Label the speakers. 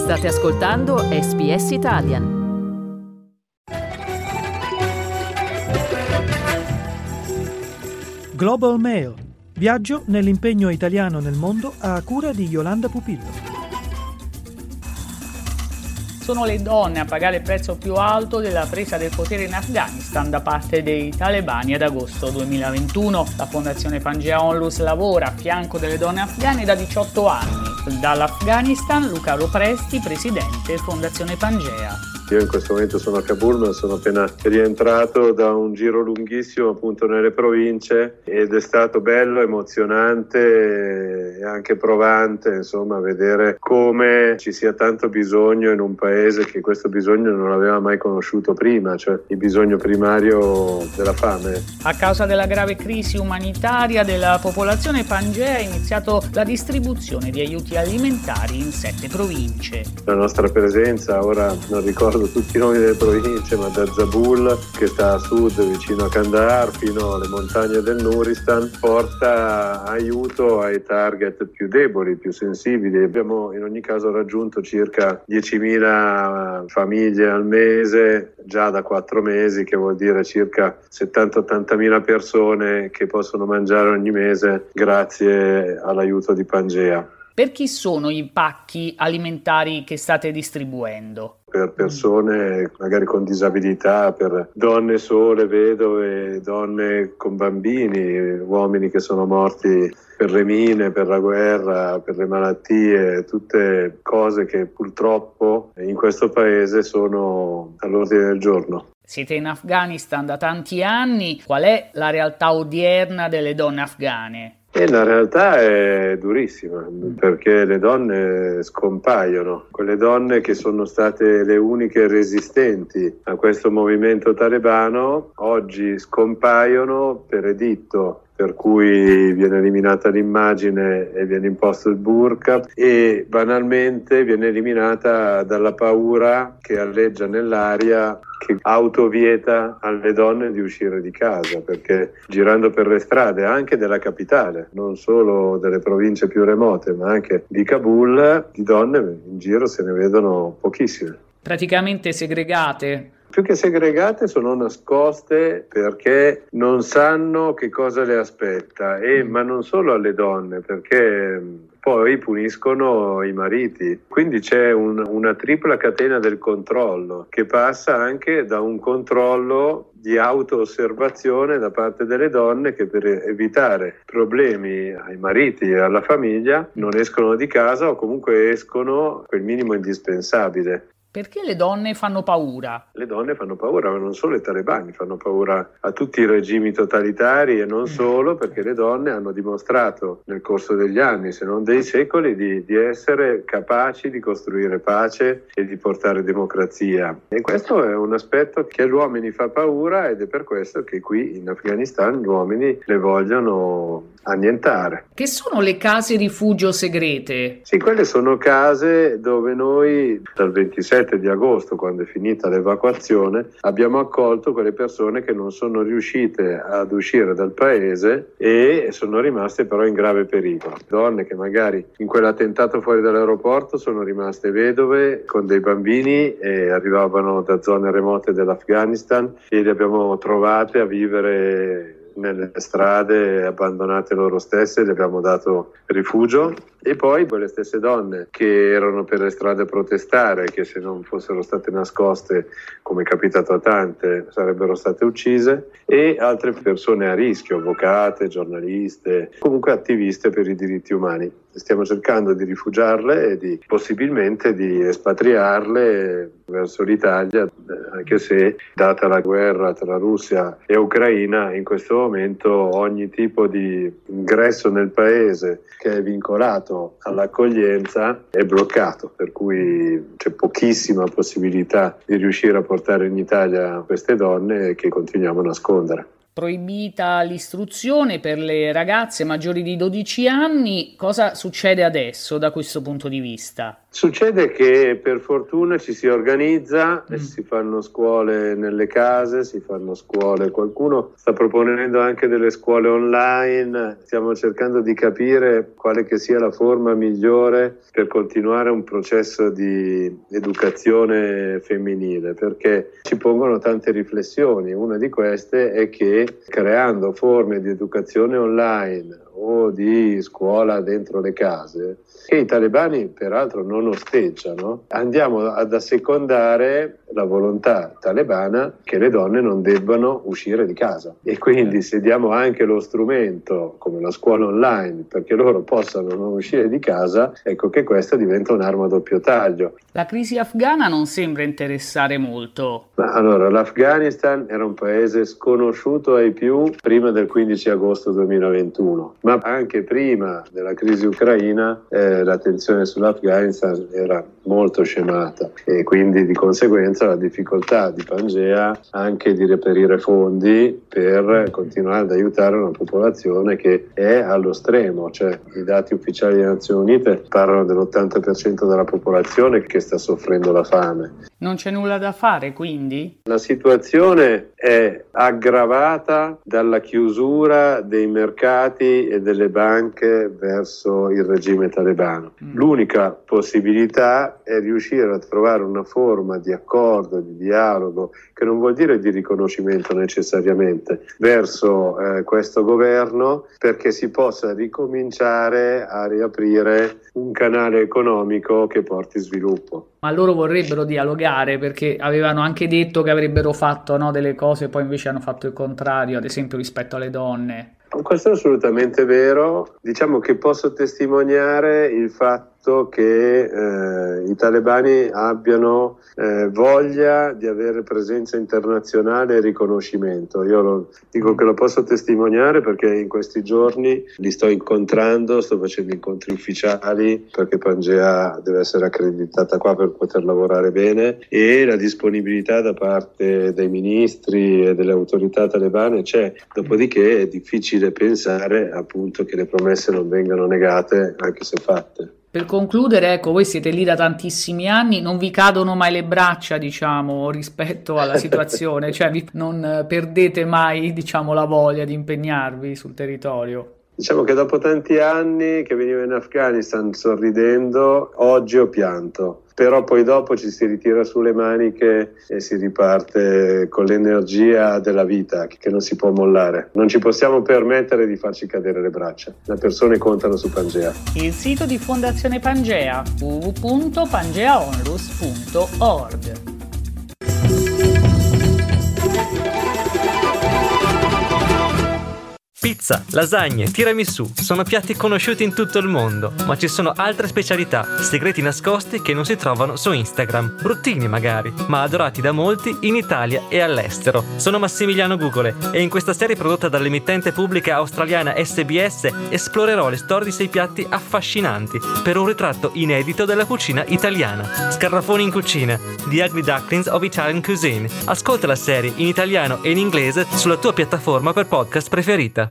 Speaker 1: State ascoltando SBS Italian.
Speaker 2: Global Mail. Viaggio nell'impegno italiano nel mondo a cura di Yolanda Pupillo.
Speaker 3: Sono le donne a pagare il prezzo più alto della presa del potere in Afghanistan da parte dei talebani ad agosto 2021. La Fondazione Pangea Onlus lavora a fianco delle donne afghane da 18 anni. Dall'Afghanistan, Luca Lopresti, presidente Fondazione Pangea.
Speaker 4: Io in questo momento sono a Kabul, ma sono appena rientrato da un giro lunghissimo appunto nelle province ed è stato bello, emozionante e anche provante, insomma, vedere come ci sia tanto bisogno in un paese che questo bisogno non aveva mai conosciuto prima, cioè il bisogno primario della fame.
Speaker 3: A causa della grave crisi umanitaria della popolazione, Pangea ha iniziato la distribuzione di aiuti alimentari in 7 province.
Speaker 4: La nostra presenza, ora non ricordo tutti i nomi delle province, ma da Zabul, che sta a sud vicino a Kandahar, fino alle montagne del Nuristan, porta aiuto ai target più deboli, più sensibili. Abbiamo in ogni caso raggiunto circa 10.000 famiglie al mese, già da 4 mesi, che vuol dire circa 70-80.000 persone che possono mangiare ogni mese grazie all'aiuto di Pangea.
Speaker 3: Per chi sono i pacchi alimentari che state distribuendo?
Speaker 4: Per persone magari con disabilità, per donne sole, vedove, donne con bambini, uomini che sono morti per le mine, per la guerra, per le malattie, tutte cose che purtroppo in questo paese sono all'ordine del giorno.
Speaker 3: Siete in Afghanistan da tanti anni. Qual è la realtà odierna delle donne afghane?
Speaker 4: E la realtà è durissima, perché le donne scompaiono. Quelle donne che sono state le uniche resistenti a questo movimento talebano oggi scompaiono per editto, per cui viene eliminata l'immagine e viene imposto il burqa e banalmente viene eliminata dalla paura che alleggia nell'aria, che autovieta alle donne di uscire di casa, perché girando per le strade anche della capitale, non solo delle province più remote ma anche di Kabul, di donne in giro se ne vedono pochissime.
Speaker 3: Praticamente segregate.
Speaker 4: Più che segregate sono nascoste perché non sanno che cosa le aspetta, ma non solo alle donne, perché poi puniscono i mariti. Quindi c'è una tripla catena del controllo che passa anche da un controllo di auto-osservazione da parte delle donne che per evitare problemi ai mariti e alla famiglia non escono di casa o comunque escono quel minimo indispensabile.
Speaker 3: Perché le donne fanno paura?
Speaker 4: Le donne fanno paura, ma non solo i talebani, fanno paura a tutti i regimi totalitari e non solo, perché le donne hanno dimostrato nel corso degli anni, se non dei secoli, di essere capaci di costruire pace e di portare democrazia. E questo è un aspetto che agli uomini fa paura ed è per questo che qui in Afghanistan gli uomini le vogliono annientare.
Speaker 3: Che sono le case rifugio segrete?
Speaker 4: Sì, quelle sono case dove noi dal 27 di agosto, quando è finita l'evacuazione, abbiamo accolto quelle persone che non sono riuscite ad uscire dal paese e sono rimaste però in grave pericolo. Donne che magari in quell'attentato fuori dall'aeroporto sono rimaste vedove con dei bambini e arrivavano da zone remote dell'Afghanistan e le abbiamo trovate a vivere nelle strade abbandonate loro stesse, le abbiamo dato rifugio. E poi quelle stesse donne che erano per le strade a protestare, che se non fossero state nascoste, come è capitato a tante, sarebbero state uccise, e altre persone a rischio, avvocate, giornaliste, comunque attiviste per i diritti umani. Stiamo cercando di rifugiarle e possibilmente di espatriarle verso l'Italia, anche se, data la guerra tra Russia e Ucraina, in questo momento ogni tipo di ingresso nel paese che è vincolato all'accoglienza è bloccato, per cui c'è pochissima possibilità di riuscire a portare in Italia queste donne che continuiamo a nascondere.
Speaker 3: Proibita l'istruzione per le ragazze maggiori di 12 anni, cosa succede adesso da questo punto di vista?
Speaker 4: Succede che per fortuna ci si organizza e si fanno scuole nelle case, si fanno scuole, qualcuno sta proponendo anche delle scuole online, stiamo cercando di capire quale che sia la forma migliore per continuare un processo di educazione femminile, perché ci pongono tante riflessioni. Una di queste è che creando forme di educazione online o di scuola dentro le case, che i talebani peraltro non osteggiano, andiamo ad assecondare la volontà talebana che le donne non debbano uscire di casa. E quindi se diamo anche lo strumento come la scuola online perché loro possano non uscire di casa, ecco che questa diventa un'arma a doppio taglio.
Speaker 3: La crisi afghana non sembra interessare molto.
Speaker 4: Ma allora, l'Afghanistan era un paese sconosciuto ai più prima del 15 agosto 2021, ma anche prima della crisi ucraina l'attenzione sull'Afghanistan era molto scemata e quindi di conseguenza la difficoltà di Pangea anche di reperire fondi per continuare ad aiutare una popolazione che è allo stremo, cioè i dati ufficiali delle Nazioni Unite parlano dell'80% della popolazione che sta soffrendo la fame.
Speaker 3: Non c'è nulla da fare, quindi?
Speaker 4: La situazione è aggravata dalla chiusura dei mercati e delle banche verso il regime talebano. L'unica possibilità è riuscire a trovare una forma di accordo, di dialogo, che non vuol dire di riconoscimento necessariamente, verso questo governo, perché si possa ricominciare a riaprire un canale economico che porti sviluppo.
Speaker 3: Ma loro vorrebbero dialogare, perché avevano anche detto che avrebbero fatto delle cose, poi invece hanno fatto il contrario, ad esempio rispetto alle donne.
Speaker 4: Questo è assolutamente vero. Diciamo che posso testimoniare il fatto che i talebani abbiano voglia di avere presenza internazionale e riconoscimento. Io dico che lo posso testimoniare perché in questi giorni li sto incontrando, sto facendo incontri ufficiali perché Pangea deve essere accreditata qua per poter lavorare bene, e la disponibilità da parte dei ministri e delle autorità talebane c'è. Dopodiché è difficile pensare appunto che le promesse non vengano negate anche se fatte.
Speaker 3: Per concludere, ecco, voi siete lì da tantissimi anni, non vi cadono mai le braccia, diciamo, rispetto alla situazione, cioè non perdete mai, diciamo, la voglia di impegnarvi sul territorio?
Speaker 4: Diciamo che dopo tanti anni che venivo in Afghanistan sorridendo, oggi ho pianto. Però poi dopo ci si ritira sulle maniche e si riparte con l'energia della vita che non si può mollare. Non ci possiamo permettere di farci cadere le braccia. Le persone contano su Pangea.
Speaker 3: Il sito di Fondazione Pangea, www.pangeaonlus.org.
Speaker 5: Pizza, lasagne, tiramisù sono piatti conosciuti in tutto il mondo, ma ci sono altre specialità, segreti nascosti che non si trovano su Instagram, bruttini magari, ma adorati da molti in Italia e all'estero. Sono Massimiliano Gugole e in questa serie prodotta dall'emittente pubblica australiana SBS esplorerò le storie di 6 piatti affascinanti per un ritratto inedito della cucina italiana. Scarafoni in cucina, The Ugly Ducklings of Italian Cuisine. Ascolta la serie in italiano e in inglese sulla tua piattaforma per podcast preferita.